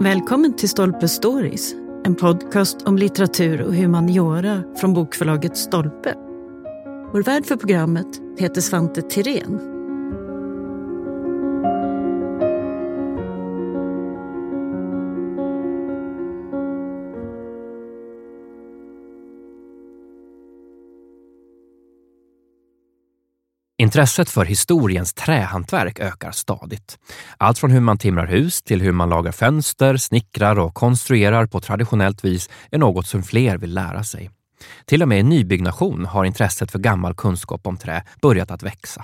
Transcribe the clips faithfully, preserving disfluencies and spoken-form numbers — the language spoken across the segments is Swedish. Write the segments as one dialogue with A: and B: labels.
A: Välkommen till Stolpe Stories, en podcast om litteratur och humaniora från bokförlaget Stolpe. Vår värd för programmet heter Svante Tirén.
B: Intresset för historiens trähantverk ökar stadigt. Allt från hur man timrar hus till hur man lagar fönster, snickrar och konstruerar på traditionellt vis är något som fler vill lära sig. Till och med i nybyggnation har intresset för gammal kunskap om trä börjat att växa.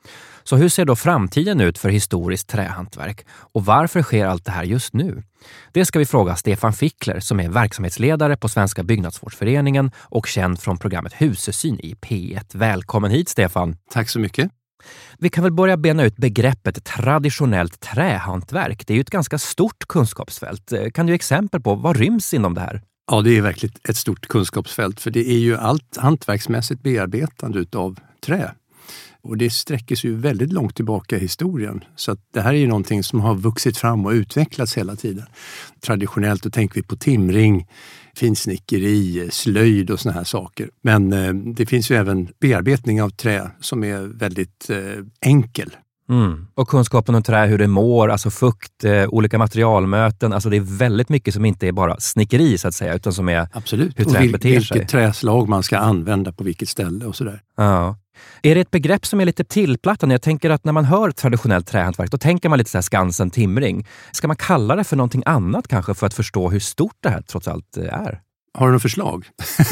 B: Så hur ser då framtiden ut för historiskt trähantverk och varför sker allt det här just nu? Det ska vi fråga Stefan Fickler som är verksamhetsledare på Svenska byggnadsvårdsföreningen och känd från programmet Husesyn i P ett. Välkommen hit Stefan.
C: Tack så mycket.
B: Vi kan väl börja bena ut begreppet traditionellt trähantverk. Det är ju ett ganska stort kunskapsfält. Kan du ge exempel på vad ryms inom det här?
C: Ja, det är verkligen ett stort kunskapsfält för det är ju allt hantverksmässigt bearbetande utav trä. Och det sträcker sig ju väldigt långt tillbaka i historien. Så att det här är ju någonting som har vuxit fram och utvecklats hela tiden. Traditionellt då tänker vi på timring, finsnickeri, slöjd och såna här saker. Men eh, det finns ju även bearbetning av trä som är väldigt eh, enkel.
B: Mm. Och kunskapen om trä, hur det mår, alltså fukt, eh, olika materialmöten. Alltså det är väldigt mycket som inte är bara snickeri så att säga, utan som är
C: Absolut.
B: hur trä
C: och vil-
B: beter
C: vilket
B: sig.
C: Vilket träslag man ska använda på vilket ställe och sådär.
B: Ja. Är det ett begrepp som är lite tillplattande? Jag tänker att när man hör traditionellt trähantverk då tänker man lite så här Skansen timring. Ska man kalla det för någonting annat kanske för att förstå hur stort det här trots allt är?
C: Har du något förslag?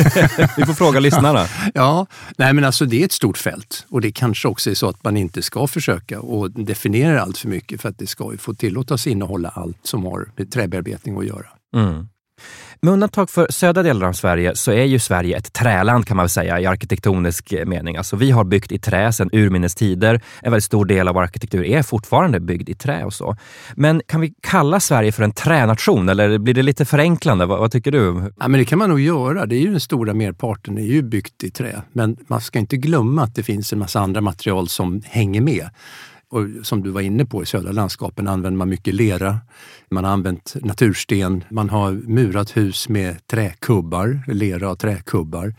B: Vi får fråga lyssnarna.
C: Ja, nej men alltså det är ett stort fält och det kanske också är så att man inte ska försöka och definiera allt för mycket för att det ska ju få tillåtas innehålla allt som har med träbearbetning att göra.
B: Mm. Med undantag för södra delar av Sverige så är ju Sverige ett träland kan man väl säga i arkitektonisk mening. Alltså vi har byggt i trä sedan urminnes tider. En väldigt stor del av vår arkitektur är fortfarande byggd i trä och så. Men kan vi kalla Sverige för en tränation eller blir det lite förenklande? Vad, vad tycker du?
C: Ja, men det kan man nog göra. Det är ju den stora merparten är ju byggt i trä. Men man ska inte glömma att det finns en massa andra material som hänger med. Och som du var inne på i södra landskapen använder man mycket lera. Man har använt natursten. Man har murat hus med träkubbar, lera och träkubbar.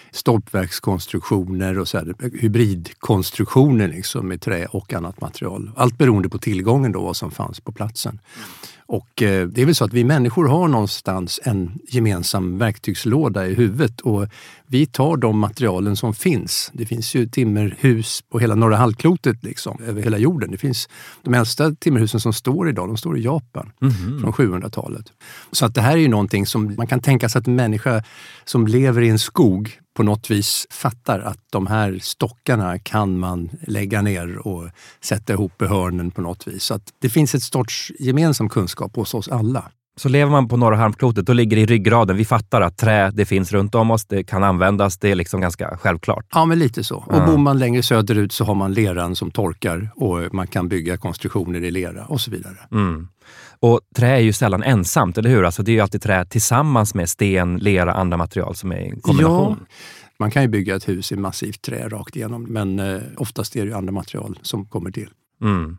C: Stolpverkskonstruktioner och så här, hybridkonstruktioner liksom med trä och annat material. Allt beroende på tillgången då vad som fanns på platsen. Och eh, det är väl så att vi människor har någonstans en gemensam verktygslåda i huvudet och vi tar de materialen som finns. Det finns ju timmerhus på hela norra halvklotet liksom, över hela jorden. Det finns de äldsta timmerhusen som står idag, de står i Japan mm-hmm. från sjuhundratalet. Så att det här är ju någonting som man kan tänka sig att en människa som lever i en skog på något vis fattar att de här stockarna kan man lägga ner och sätta ihop i hörnen på något vis. Så att det finns ett sorts gemensam kunskap hos oss alla.
B: Så lever man på norra halvklotet, då ligger det i ryggraden. Vi fattar att trä, det finns runt om oss, det kan användas, det är liksom ganska självklart.
C: Ja, men lite så. Och
B: ja.
C: Bor man längre söderut så har man leran som torkar och man kan bygga konstruktioner i lera och så vidare.
B: Mm. Och trä är ju sällan ensamt, eller hur? Alltså det är ju alltid trä tillsammans med sten, lera, andra material som är en kombination.
C: Ja, man kan ju bygga ett hus i massivt trä rakt igenom, men eh, oftast är det ju andra material som kommer till.
B: Mm.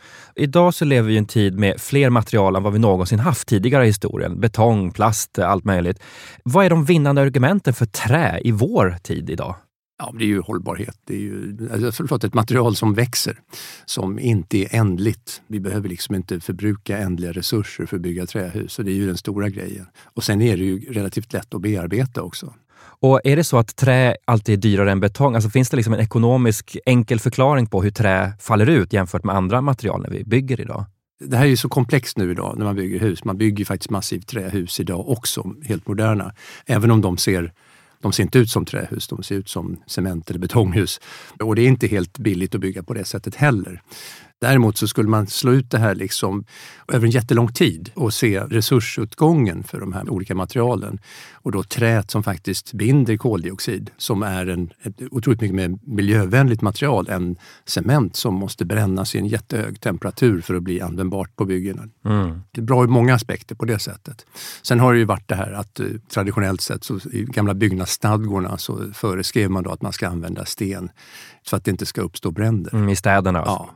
B: Idag så lever vi i en tid med fler material än vad vi någonsin haft tidigare i historien. Betong, plast, allt möjligt. Vad är de vinnande argumenten för trä i vår tid idag?
C: Ja, det är ju hållbarhet. Det är ju alltså, förlåt, ett material som växer, som inte är ändligt. Vi behöver liksom inte förbruka ändliga resurser för att bygga trähus. Och det är ju den stora grejen. Och sen är det ju relativt lätt att bearbeta också.
B: Och är det så att trä alltid är dyrare än betong? Alltså finns det liksom en ekonomisk enkel förklaring på hur trä faller ut jämfört med andra material när vi bygger idag?
C: Det här är ju så komplext nu idag när man bygger hus. Man bygger ju faktiskt massivt trähus idag också, helt moderna. Även om de ser... De ser inte ut som trähus, de ser ut som cement- eller betonghus. Och det är inte helt billigt att bygga på det sättet heller. Däremot så skulle man slå ut det här liksom över en jättelång tid och se resursutgången för de här olika materialen. Och då träet som faktiskt binder koldioxid, som är en, ett otroligt mycket mer miljövänligt material än cement som måste brännas i en jättehög temperatur för att bli användbart på byggena. Mm. Det är bra i många aspekter på det sättet. Sen har det ju varit det här att traditionellt sett så i gamla byggnadsstadgorna så föreskrev man då att man ska använda sten så att det inte ska uppstå bränder.
B: Mm, i städerna alltså.
C: Ja.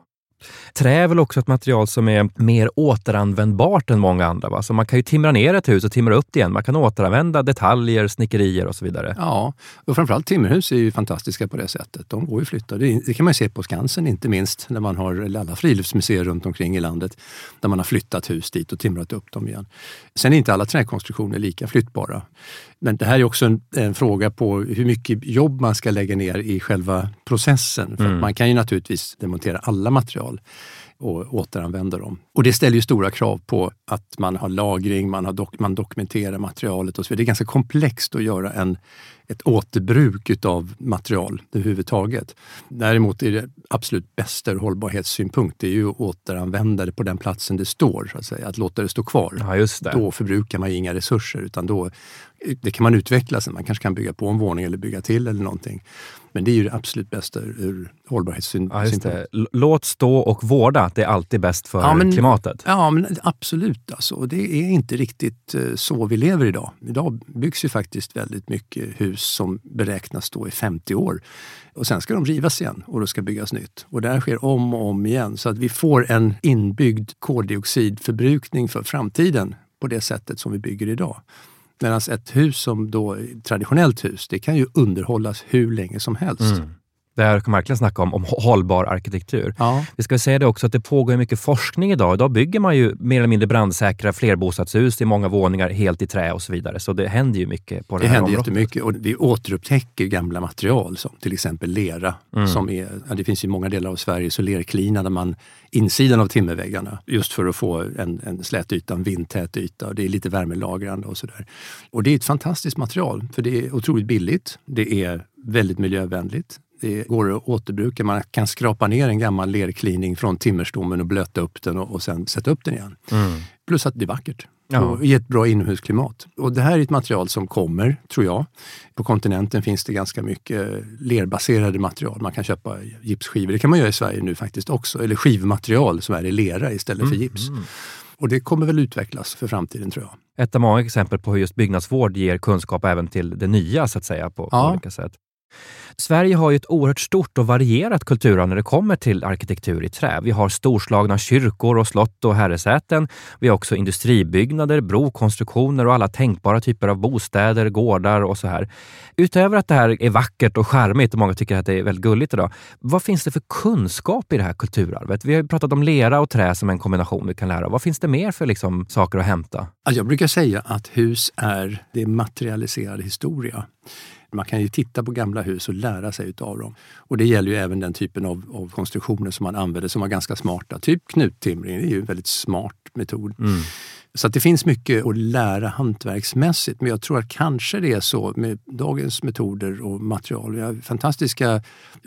B: Trä är väl också ett material som är mer återanvändbart än många andra, va? Så man kan ju timra ner ett hus och timra upp det igen. Man kan återanvända detaljer, snickerier och så vidare.
C: Ja, och framförallt timmerhus är ju fantastiska på det sättet. De går ju flytta. Det kan man ju se på Skansen inte minst, när man har alla friluftsmuseer runt omkring i landet där man har flyttat hus dit och timrat upp dem igen. Sen är inte alla träkonstruktioner lika flyttbara. Men det här är också en, en fråga på hur mycket jobb man ska lägga ner i själva processen. För mm. att man kan ju naturligtvis demontera alla material och återanvända dem. Och det ställer ju stora krav på att man har lagring, man, har dok- man dokumenterar materialet och så vidare. Det är ganska komplext att göra en, ett återbruk utav material överhuvudtaget. Däremot är det absolut bästa ur hållbarhetssynpunkt, det är ju att återanvända det på den platsen det står, så att säga. Att låta det stå kvar.
B: Ja, just det.
C: Då förbrukar man ju inga resurser, utan då det kan man utveckla sen. Man kanske kan bygga på en våning eller bygga till eller någonting. Men det är ju det absolut bästa ur hållbarhetssynpunkt. Ja, just det.
B: Låt stå och vårda, det är alltid bäst för ja, men, klimatet.
C: Ja, men absolut. Alltså. Och det är inte riktigt så vi lever idag. Idag byggs ju faktiskt väldigt mycket hus som beräknas stå i femtio år. Och sen ska de rivas igen och då ska byggas nytt. Och det här sker om och om igen. Så att vi får en inbyggd koldioxidförbrukning för framtiden på det sättet som vi bygger idag. Medan ett hus som då traditionellt hus, det kan ju underhållas hur länge som helst. Mm.
B: Det här kan man verkligen snacka om, om hållbar arkitektur. Ja. Vi ska säga det också att det pågår mycket forskning idag. Idag bygger man ju mer eller mindre brandsäkra flerbostadshus i många våningar helt i trä och så vidare. Så det händer ju mycket på det, det här området. Det händer jättemycket
C: och vi återupptäcker gamla material som till exempel lera. Mm. Som är, ja, det finns ju många delar av Sverige så lerklinade man insidan av timmerväggarna just för att få en, en slät yta, en vindtät yta. Och det är lite värmelagrande och sådär. Och det är ett fantastiskt material för det är otroligt billigt. Det är väldigt miljövänligt. Det går att återbruka. Man kan skrapa ner en gammal lerklining från timmerstommen och blöta upp den och, och sen sätta upp den igen. Mm. Plus att det är vackert. Ja. Och ge ett bra inomhusklimat. Och det här är ett material som kommer, tror jag. På kontinenten finns det ganska mycket lerbaserade material. Man kan köpa gipsskivor. Det kan man göra i Sverige nu faktiskt också. Eller skivmaterial som är i lera istället mm. för gips. Mm. Och det kommer väl utvecklas för framtiden, tror jag.
B: Ett av många exempel på hur just byggnadsvård ger kunskap även till det nya, så att säga, på, ja. på olika sätt. Sverige har ju ett oerhört stort och varierat kulturarv när det kommer till arkitektur i trä. Vi har storslagna kyrkor och slott och herresäten. Vi har också industribyggnader, brokonstruktioner och alla tänkbara typer av bostäder, gårdar och så här. Utöver att det här är vackert och charmigt och många tycker att det är väldigt gulligt idag, vad finns det för kunskap i det här kulturarvet? Vi har ju pratat om lera och trä som en kombination vi kan lära. Vad finns det mer för liksom saker att hämta?
C: Jag brukar säga att hus är det materialiserade historia. Man kan ju titta på gamla hus och lära sig utav dem. Och det gäller ju även den typen av, av konstruktioner som man använder som var ganska smarta. Typ knuttimring, det är ju en väldigt smart metod. Mm. Så att det finns mycket att lära hantverksmässigt. Men jag tror att kanske det är så med dagens metoder och material. Vi har fantastiska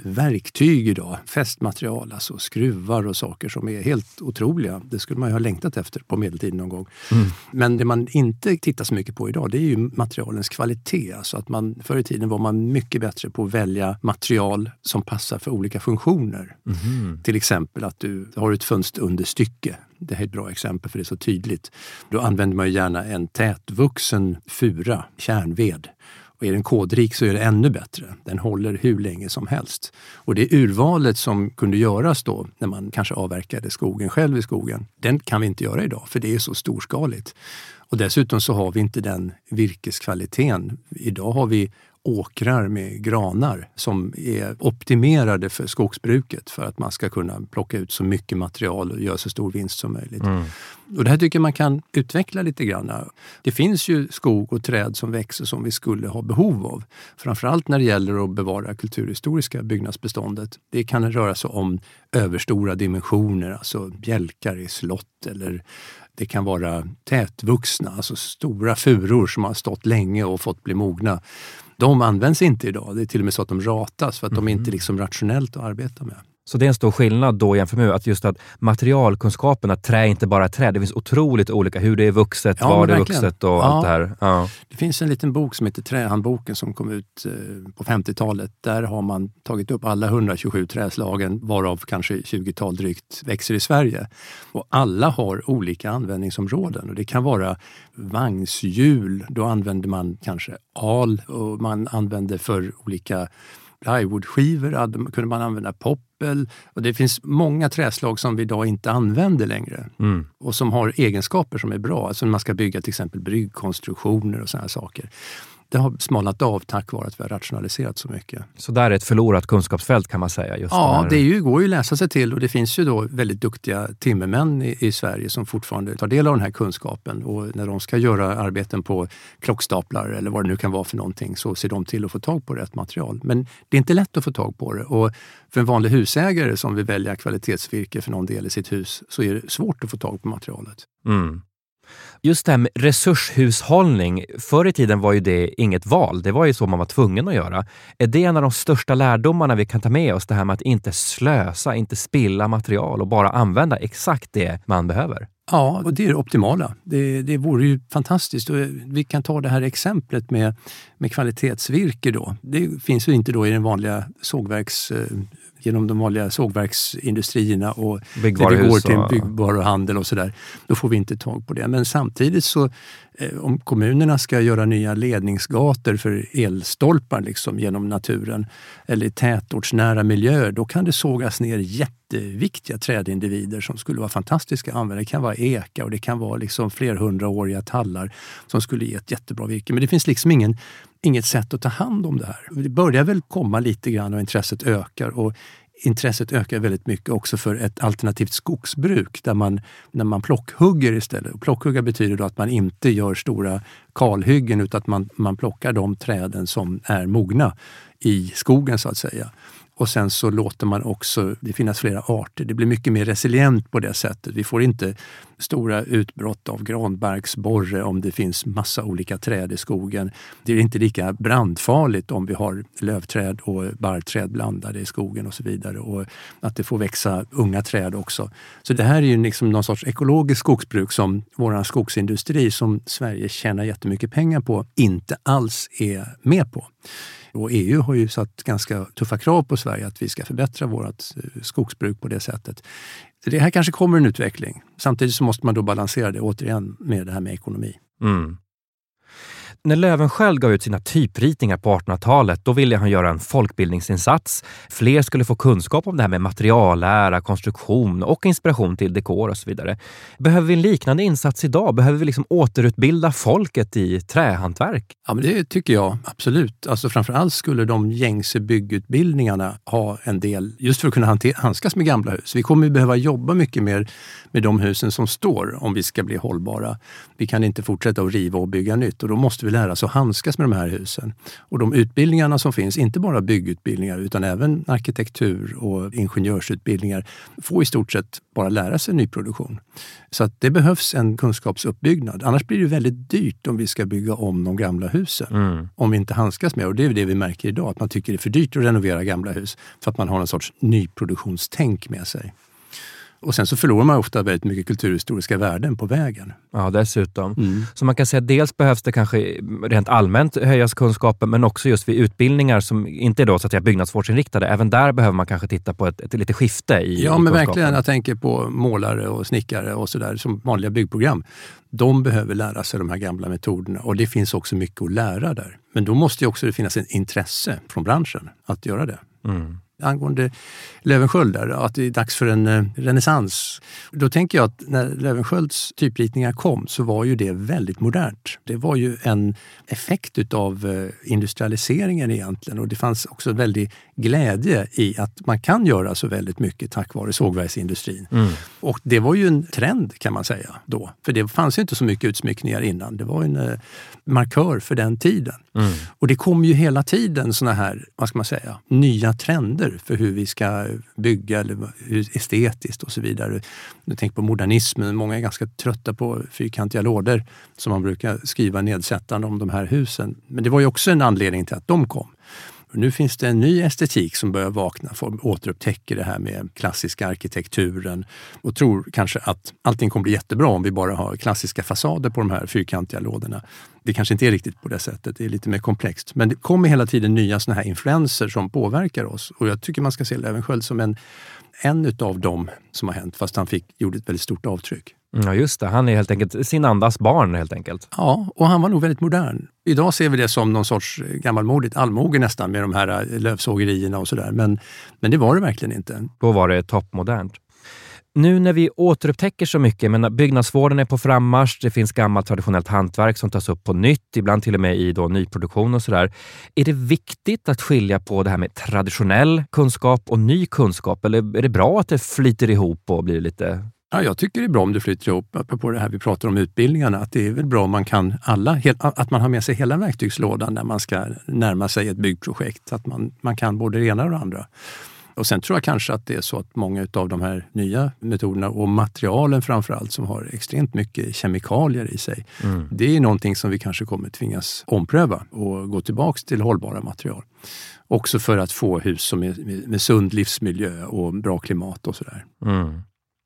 C: verktyg idag. Fästmaterial, alltså skruvar och saker som är helt otroliga. Det skulle man ju ha längtat efter på medeltiden någon gång. Mm. Men det man inte tittar så mycket på idag, det är ju materialens kvalitet. Alltså att man, förr i tiden var man mycket bättre på att välja material som passar för olika funktioner. Mm. Till exempel att du har ett fönsterunderstycke. Det här är ett bra exempel för det är så tydligt. Då använder man ju gärna en tätvuxen fura, kärnved. Och är den kodrik så är det ännu bättre. Den håller hur länge som helst. Och det urvalet som kunde göras då när man kanske avverkade skogen själv i skogen, den kan vi inte göra idag för det är så storskaligt. Och dessutom så har vi inte den virkeskvaliteten. Idag har vi åkrar med granar som är optimerade för skogsbruket för att man ska kunna plocka ut så mycket material och göra så stor vinst som möjligt. Mm. Och det här tycker man kan utveckla lite grann. Det finns ju skog och träd som växer som vi skulle ha behov av. Framförallt när det gäller att bevara kulturhistoriska byggnadsbeståndet. Det kan röra sig om överstora dimensioner, alltså bjälkar i slott eller det kan vara tätvuxna, alltså stora furor som har stått länge och fått bli mogna. De används inte idag. Det är till och med så att de ratas för att mm. de är inte liksom rationellt att arbeta med.
B: Så det är en stor skillnad då jämfört med att just att materialkunskapen, att trä inte bara är trä. Det finns otroligt olika hur det är vuxet,
C: ja,
B: var det är vuxet och ja. allt det här. Ja.
C: Det finns en liten bok som heter Trähandboken som kom ut på femtiotalet. Där har man tagit upp alla hundratjugosju träslagen varav kanske tjugotal drygt växer i Sverige. Och alla har olika användningsområden och det kan vara vagnshjul. Då använder man kanske al och man använder för olika plywoodskivor kunde man använda, poppel. Och det finns många träslag som vi idag inte använder längre. Mm. Och som har egenskaper som är bra. Alltså när man ska bygga till exempel bryggkonstruktioner och sådana här saker. Det har smalnat av tack vare att vi har rationaliserat så mycket.
B: Så där är ett förlorat kunskapsfält kan man säga? Just
C: ja,
B: där.
C: det är ju, går ju att läsa sig till och det finns ju då väldigt duktiga timmermän i, i Sverige som fortfarande tar del av den här kunskapen. Och när de ska göra arbeten på klockstaplar eller vad det nu kan vara för någonting så ser de till att få tag på rätt material. Men det är inte lätt att få tag på det och för en vanlig husägare som vill välja kvalitetsvirke för någon del i sitt hus så är det svårt att få tag på materialet.
B: Mm. Just det här med resurshushållning, förr i tiden var ju det inget val, det var ju så man var tvungen att göra. Är det en av de största lärdomarna vi kan ta med oss, det här med att inte slösa, inte spilla material och bara använda exakt det man behöver?
C: Ja, och det är det optimala. Det, det vore ju fantastiskt. Och vi kan ta det här exemplet med, med kvalitetsvirke då. Det finns ju inte då i den vanliga sågverks... genom de vanliga sågverksindustrierna och när vi går till byggvaruhandel och sådär, då får vi inte tag på det. Men samtidigt så eh, om kommunerna ska göra nya ledningsgator för elstolpar liksom genom naturen eller tätortsnära miljöer, då kan det sågas ner jätteviktiga trädindivider som skulle vara fantastiska att använda. Det kan vara eka och det kan vara liksom flerhundraåriga tallar som skulle ge ett jättebra virke. Men det finns liksom ingen inget sätt att ta hand om det här. Det börjar väl komma lite grann och intresset ökar och intresset ökar väldigt mycket också för ett alternativt skogsbruk där man, när man plockhugger istället. Och plockhugga betyder då att man inte gör stora kalhyggen utan att man, man plockar de träden som är mogna i skogen så att säga. Och sen så låter man också det finnas flera arter. Det blir mycket mer resilient på det sättet. Vi får inte stora utbrott av granbarksborre om det finns massa olika träd i skogen. Det är inte lika brandfarligt om vi har lövträd och barrträd blandade i skogen och så vidare. Och att det får växa unga träd också. Så det här är ju liksom någon sorts ekologiskt skogsbruk som vår skogsindustri som Sverige tjänar jättemycket pengar på inte alls är med på. Och E U har ju satt ganska tuffa krav på Sverige att vi ska förbättra vårt skogsbruk på det sättet. Så det här kanske kommer en utveckling. Samtidigt så måste man då balansera det återigen med det här med ekonomi.
B: Mm. När Löwenskiöld gav ut sina typritningar på artonhundratalet, då ville han göra en folkbildningsinsats. Fler skulle få kunskap om det här med materiallära, konstruktion och inspiration till dekor och så vidare. Behöver vi en liknande insats idag? Behöver vi liksom återutbilda folket i trähantverk?
C: Ja, men det tycker jag absolut. Alltså framförallt skulle de gängse byggutbildningarna ha en del just för att kunna hante- handskas med gamla hus. Vi kommer behöva jobba mycket mer med de husen som står om vi ska bli hållbara. Vi kan inte fortsätta att riva och bygga nytt och då måste vi lära oss att handskas med de här husen. Och de utbildningarna som finns, inte bara byggutbildningar utan även arkitektur och ingenjörsutbildningar, får i stort sett bara lära sig nyproduktion. Så att det behövs en kunskapsuppbyggnad. Annars blir det väldigt dyrt om vi ska bygga om de gamla husen. Mm. Om vi inte handskas med. Och det är det vi märker idag, att man tycker det är för dyrt att renovera gamla hus för att man har en sorts nyproduktionstänk med sig. Och sen så förlorar man ofta väldigt mycket kulturhistoriska värden på vägen.
B: Ja, dessutom. Mm. Så man kan säga att dels behövs det kanske rent allmänt höjas kunskapen, men också just vid utbildningar som inte är då så att säga byggnadsvårdsinriktade. Även där behöver man kanske titta på ett, ett lite skifte i
C: Ja,
B: i
C: men verkligen. Jag tänker på målare och snickare och sådär som vanliga byggprogram. De behöver lära sig de här gamla metoderna och det finns också mycket att lära där. Men då måste ju också det finnas ett intresse från branschen att göra det. Mm. Angående Löwenskiöld där, att det är dags för en eh, renässans. Då tänker jag att när Löwenskiölds typritningar kom så var ju det väldigt modernt. Det var ju en effekt utav eh, industrialiseringen egentligen och det fanns också väldigt glädje i att man kan göra så väldigt mycket tack vare sågverksindustrin. Mm. Och det var ju en trend kan man säga då. För det fanns ju inte så mycket utsmyckningar innan. Det var en eh, markör för den tiden. Mm. Och det kom ju hela tiden såna här, vad ska man säga, nya trender för hur vi ska bygga eller hur estetiskt och så vidare. Jag tänker på modernismen. Många är ganska trötta på fyrkantiga lådor som man brukar skriva nedsättande om de här husen. Men det var ju också en anledning till att de kom. Och nu finns det en ny estetik som börjar vakna för återupptäcker det här med klassiska arkitekturen och tror kanske att allting kommer bli jättebra om vi bara har klassiska fasader på de här fyrkantiga lådorna. Det kanske inte är riktigt på det sättet, det är lite mer komplext. Men det kommer hela tiden nya såna här influenser som påverkar oss och jag tycker man ska se Löwenskiöld som en, en utav dem som har hänt fast han fick, gjorde ett väldigt stort avtryck.
B: Ja, just det. Han är helt enkelt sin andas barn helt enkelt.
C: Ja, och han var nog väldigt modern. Idag ser vi det som någon sorts gammalmodigt allmoge nästan med de här lövsågerierna och sådär. Men, men det var det verkligen inte.
B: Då var det toppmodernt. Nu när vi återupptäcker så mycket, men byggnadsvården är på frammarsch, det finns gammalt traditionellt hantverk som tas upp på nytt, ibland till och med i då nyproduktion och sådär. Är det viktigt att skilja på det här med traditionell kunskap och ny kunskap? Eller är det bra att det flyter ihop och blir lite...
C: Ja, jag tycker det är bra om det flyter ihop på det här vi pratar om utbildningarna. Att det är väl bra om man kan alla, att man har med sig hela verktygslådan när man ska närma sig ett byggprojekt. Att man, man kan både det ena och det andra. Och sen tror jag kanske att det är så att många av de här nya metoderna och materialen framförallt som har extremt mycket kemikalier i sig. Mm. Det är någonting som vi kanske kommer tvingas ompröva och gå tillbaka till hållbara material. Också för att få hus som är med, med sund livsmiljö och bra klimat och sådär.
B: Mm.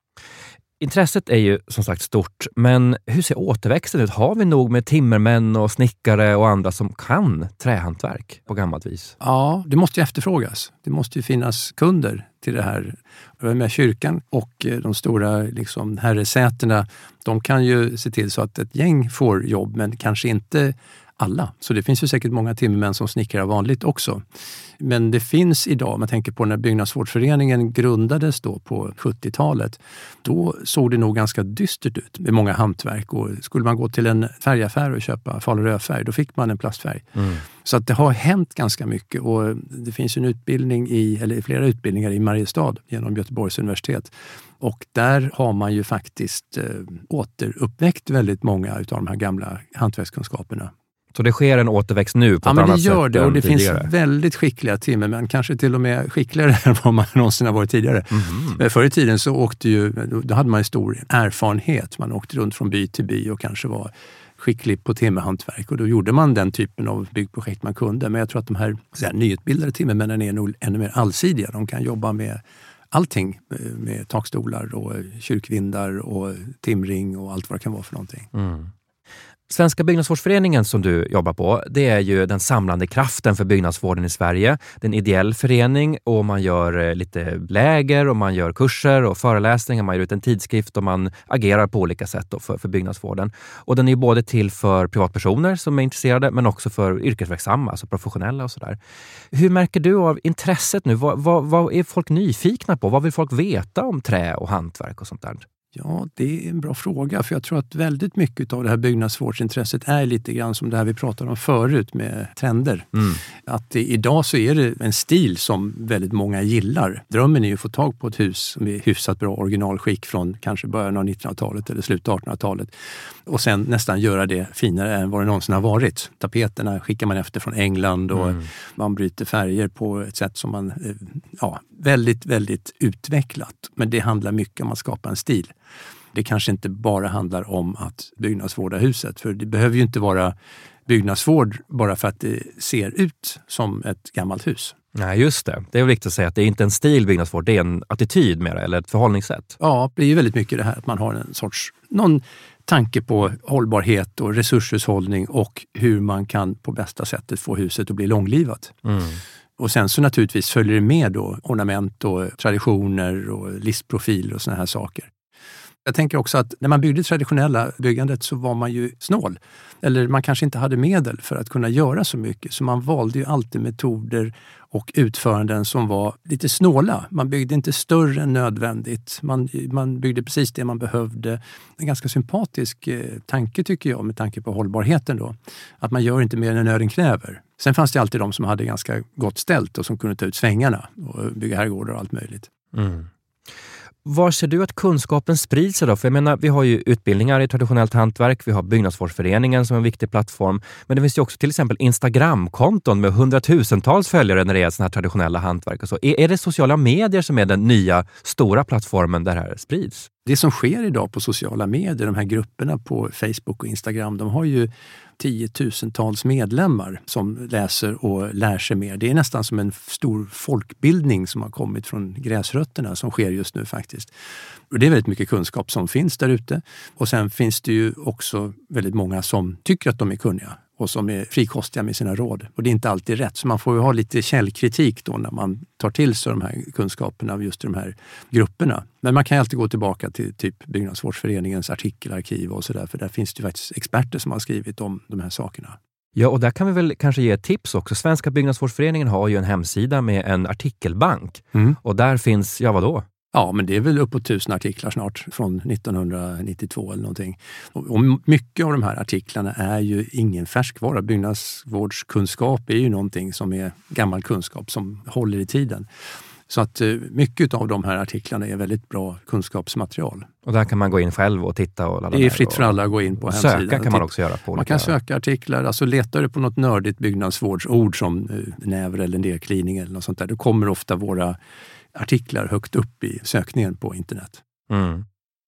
B: Intresset är ju som sagt stort, men hur ser återväxten ut? Har vi nog med timmermän och snickare och andra som kan trähantverk på gammalt vis?
C: Ja, det måste ju efterfrågas. Det måste ju finnas kunder till det här. Med kyrkan och de stora liksom, herresäterna, de kan ju se till så att ett gäng får jobb, men kanske inte alla. Så det finns ju säkert många timmermän som snickrar vanligt också. Men det finns idag, man tänker på när Byggnadsvårdsföreningen grundades då på sjuttiotalet, då såg det nog ganska dystert ut med många hantverk. Och skulle man gå till en färgaffär och köpa Falu rödfärg, då fick man en plastfärg. Mm. Så att det har hänt ganska mycket, och det finns en utbildning i, eller flera utbildningar i Mariestad genom Göteborgs universitet. Och där har man ju faktiskt eh, återuppväckt väldigt många av de här gamla hantverkskunskaperna.
B: Så det sker en återväxt nu på
C: ja,
B: ett
C: men
B: annat
C: det gör
B: sätt
C: det, och det
B: tidigare.
C: finns väldigt skickliga timmermän, kanske till och med skickligare än vad man någonsin har varit tidigare. Mm-hmm. Men förr i tiden så åkte ju, då hade man ju stor erfarenhet. Man åkte runt från by till by och kanske var skicklig på timmerhantverk, och då gjorde man den typen av byggprojekt man kunde. Men jag tror att de här, så här nyutbildade timmermännen är nog ännu mer allsidiga. De kan jobba med allting, med takstolar och kyrkvindar och timring och allt vad det kan vara för någonting. Mm.
B: Svenska byggnadsvårdsföreningen som du jobbar på, det är ju den samlande kraften för byggnadsvården i Sverige. Det är en ideell förening, och man gör lite läger och man gör kurser och föreläsningar, man gör ut en tidskrift och man agerar på olika sätt då för, för byggnadsvården. Och den är ju både till för privatpersoner som är intresserade, men också för yrkesverksamma, alltså professionella och sådär. Hur märker du av intresset nu? Vad, vad, vad är folk nyfikna på? Vad vill folk veta om trä och hantverk och sånt där?
C: Ja, det är en bra fråga, för jag tror att väldigt mycket av det här byggnadsvårdsintresset är lite grann som det här vi pratade om förut med trender. Mm. Att det, idag så är det en stil som väldigt många gillar. Drömmen är ju att få tag på ett hus som är hyfsat bra originalskick från kanske början av nittonhundratalet eller slutet av artonhundratalet. Och sen nästan göra det finare än vad det någonsin har varit. Tapeterna skickar man efter från England, och mm. man bryter färger på ett sätt som man, ja, väldigt, väldigt utvecklat. Men det handlar mycket om att skapa en stil. Det kanske inte bara handlar om att byggnadsvårda huset, för det behöver ju inte vara byggnadsvård bara för att det ser ut som ett gammalt hus.
B: Nej, just det. Det är viktigt att säga att det är inte en stil byggnadsvård, det är en attityd mer, eller ett förhållningssätt.
C: Ja, det är ju väldigt mycket det här att man har en sorts, någon tanke på hållbarhet och resurshushållning och hur man kan på bästa sättet få huset att bli långlivat. Mm. Och sen så naturligtvis följer det med då ornament och traditioner och listprofiler och såna här saker. Jag tänker också att när man byggde traditionella byggandet så var man ju snål. Eller man kanske inte hade medel för att kunna göra så mycket. Så man valde ju alltid metoder och utföranden som var lite snåla. Man byggde inte större än nödvändigt. Man, man byggde precis det man behövde. En ganska sympatisk eh, tanke tycker jag, med tanke på hållbarheten då. Att man gör inte mer än nöden kräver. Sen fanns det alltid de som hade ganska gott ställt och som kunde ta ut svängarna och bygga herrgårdar och allt möjligt. Mm.
B: Var ser du att kunskapen sprids sig då? För jag menar, vi har ju utbildningar i traditionellt hantverk, vi har Byggnadsvårdsföreningen som en viktig plattform, men det finns ju också till exempel Instagramkonton med hundratusentals följare när det är sådana här traditionella hantverk och så. Är, är det sociala medier som är den nya stora plattformen där det här sprids?
C: Det som sker idag på sociala medier, de här grupperna på Facebook och Instagram, de har ju tiotusentals medlemmar som läser och lär sig mer. Det är nästan som en stor folkbildning som har kommit från gräsrötterna som sker just nu faktiskt. Och det är väldigt mycket kunskap som finns där ute. Och sen finns det ju också väldigt många som tycker att de är kunniga och som är frikostiga med sina råd. Och det är inte alltid rätt, så man får ju ha lite källkritik då när man tar till sig de här kunskaperna av just de här grupperna. Men man kan alltid gå tillbaka till typ Byggnadsvårdsföreningens artikelarkiv och sådär, för där finns det ju faktiskt experter som har skrivit om de här sakerna.
B: Ja, och där kan vi väl kanske ge ett tips också. Svenska Byggnadsvårdsföreningen har ju en hemsida med en artikelbank. Mm. Och där finns, ja vadå?
C: Ja, men det är väl uppåt tusen artiklar snart från nittonhundranittiotvå eller någonting. Och mycket av de här artiklarna är ju ingen färskvara. Byggnadsvårdskunskap är ju någonting som är gammal kunskap som håller i tiden. Så att mycket av de här artiklarna är väldigt bra kunskapsmaterial.
B: Och där kan man gå in själv och titta och ladda.
C: Det är fritt för alla att gå in på hemsidan.
B: Söka kan man också göra på.
C: Man kan söka artiklar, alltså letar du på något nördigt byggnadsvårdsord som näver eller nerklining eller något sånt där. Då kommer ofta våra artiklar högt upp i sökningen på internet.
B: Mm.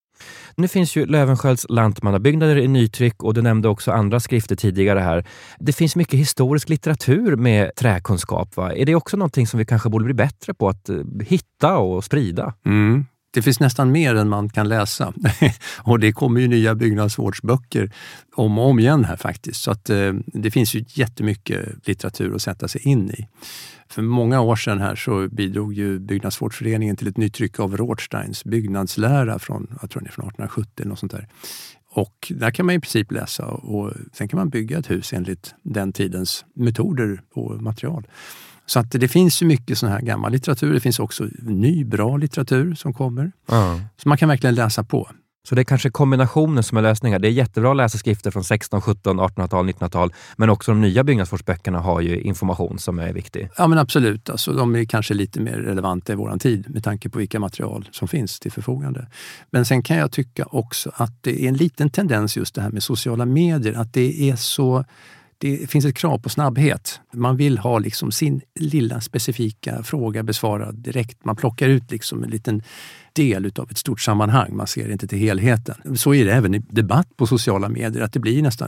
B: Nu finns ju Löwenskiölds lantmannabyggnader i nytryck och du nämnde också andra skrifter tidigare här. Det finns mycket historisk litteratur med träkunskap, va? Är det också någonting som vi kanske borde bli bättre på att hitta och sprida?
C: Mm. Det finns nästan mer än man kan läsa och det kommer ju nya byggnadsvårdsböcker om och om igen här faktiskt. Så att eh, det finns ju jättemycket litteratur att sätta sig in i. För många år sedan här så bidrog ju Byggnadsvårdsföreningen till ett nytryck av Rothsteins byggnadslära från, jag tror det är från arton sjuttio eller något sånt där. Och där kan man i princip läsa och sen kan man bygga ett hus enligt den tidens metoder och material. Så att det finns ju mycket sån här gammal litteratur. Det finns också ny, bra litteratur som kommer. Mm. Så man kan verkligen läsa på.
B: Så det är kanske kombinationen som är lösningar. Det är jättebra att läsa skrifter från sexton-, sjutton-, artonhundratal, nittonhundratal. Men också de nya byggnadsvårdsböckerna har ju information som är viktig.
C: Ja men absolut. Alltså, de är kanske lite mer relevanta i våran tid med tanke på vilka material som finns till förfogande. Men sen kan jag tycka också att det är en liten tendens just det här med sociala medier. Att det är så... Det finns ett krav på snabbhet. Man vill ha liksom sin lilla specifika fråga besvarad direkt. Man plockar ut liksom en liten del av ett stort sammanhang. Man ser inte till helheten. Så är det även i debatt på sociala medier. Att det blir nästan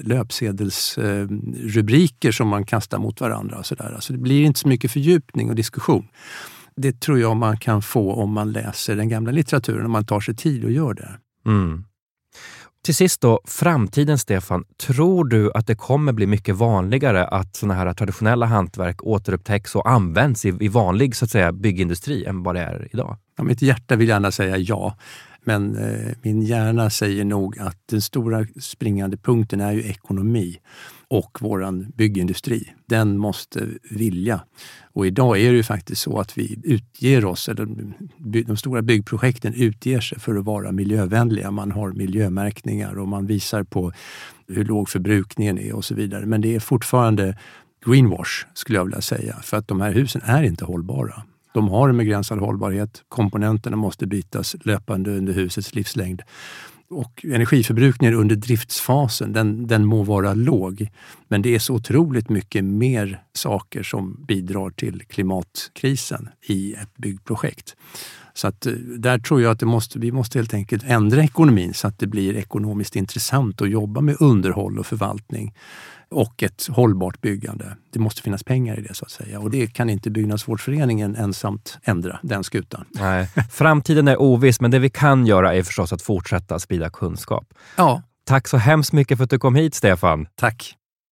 C: löpsedelsrubriker som man kastar mot varandra. Och så där. Alltså det blir inte så mycket fördjupning och diskussion. Det tror jag man kan få om man läser den gamla litteraturen. Om man tar sig tid och gör det.
B: Mm. Till sist då, framtiden Stefan, tror du att det kommer bli mycket vanligare att sådana här traditionella hantverk återupptäcks och används i, i vanlig så att säga byggindustri än vad det är idag?
C: Ja, mitt hjärta vill gärna säga ja, men eh, min hjärna säger nog att den stora springande punkten är ju ekonomi och våran byggindustri. Den måste vilja. Och idag är det ju faktiskt så att vi utger oss, eller de stora byggprojekten utger sig för att vara miljövänliga. Man har miljömärkningar och man visar på hur låg förbrukningen är och så vidare. Men det är fortfarande greenwash skulle jag vilja säga, för att de här husen är inte hållbara. De har en begränsad hållbarhet, komponenterna måste bytas löpande under husets livslängd. Och energiförbrukningen under driftsfasen, den, den må vara låg. Men det är så otroligt mycket mer saker som bidrar till klimatkrisen i ett byggprojekt. Så att där tror jag att det måste, vi måste helt enkelt ändra ekonomin så att det blir ekonomiskt intressant att jobba med underhåll och förvaltning. Och ett hållbart byggande. Det måste finnas pengar i det så att säga. Och det kan inte Byggnadsvårdsföreningen ensamt ändra, den skutan.
B: Nej, framtiden är oviss, men det vi kan göra är förstås att fortsätta sprida kunskap.
C: Ja.
B: Tack så hemskt mycket för att du kom hit, Stefan.
C: Tack.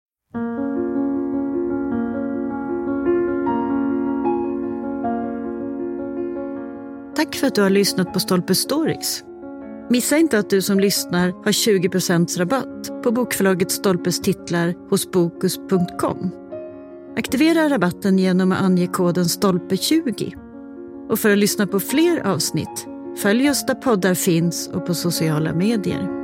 A: Tack för att du har lyssnat på Stolpe Stories. Missa inte att du som lyssnar har tjugo procent rabatt på bokförlaget Stolpes titlar hos bokus punkt com. Aktivera rabatten genom att ange koden stolpe tjugo. Och för att lyssna på fler avsnitt, följ oss där poddar finns och på sociala medier.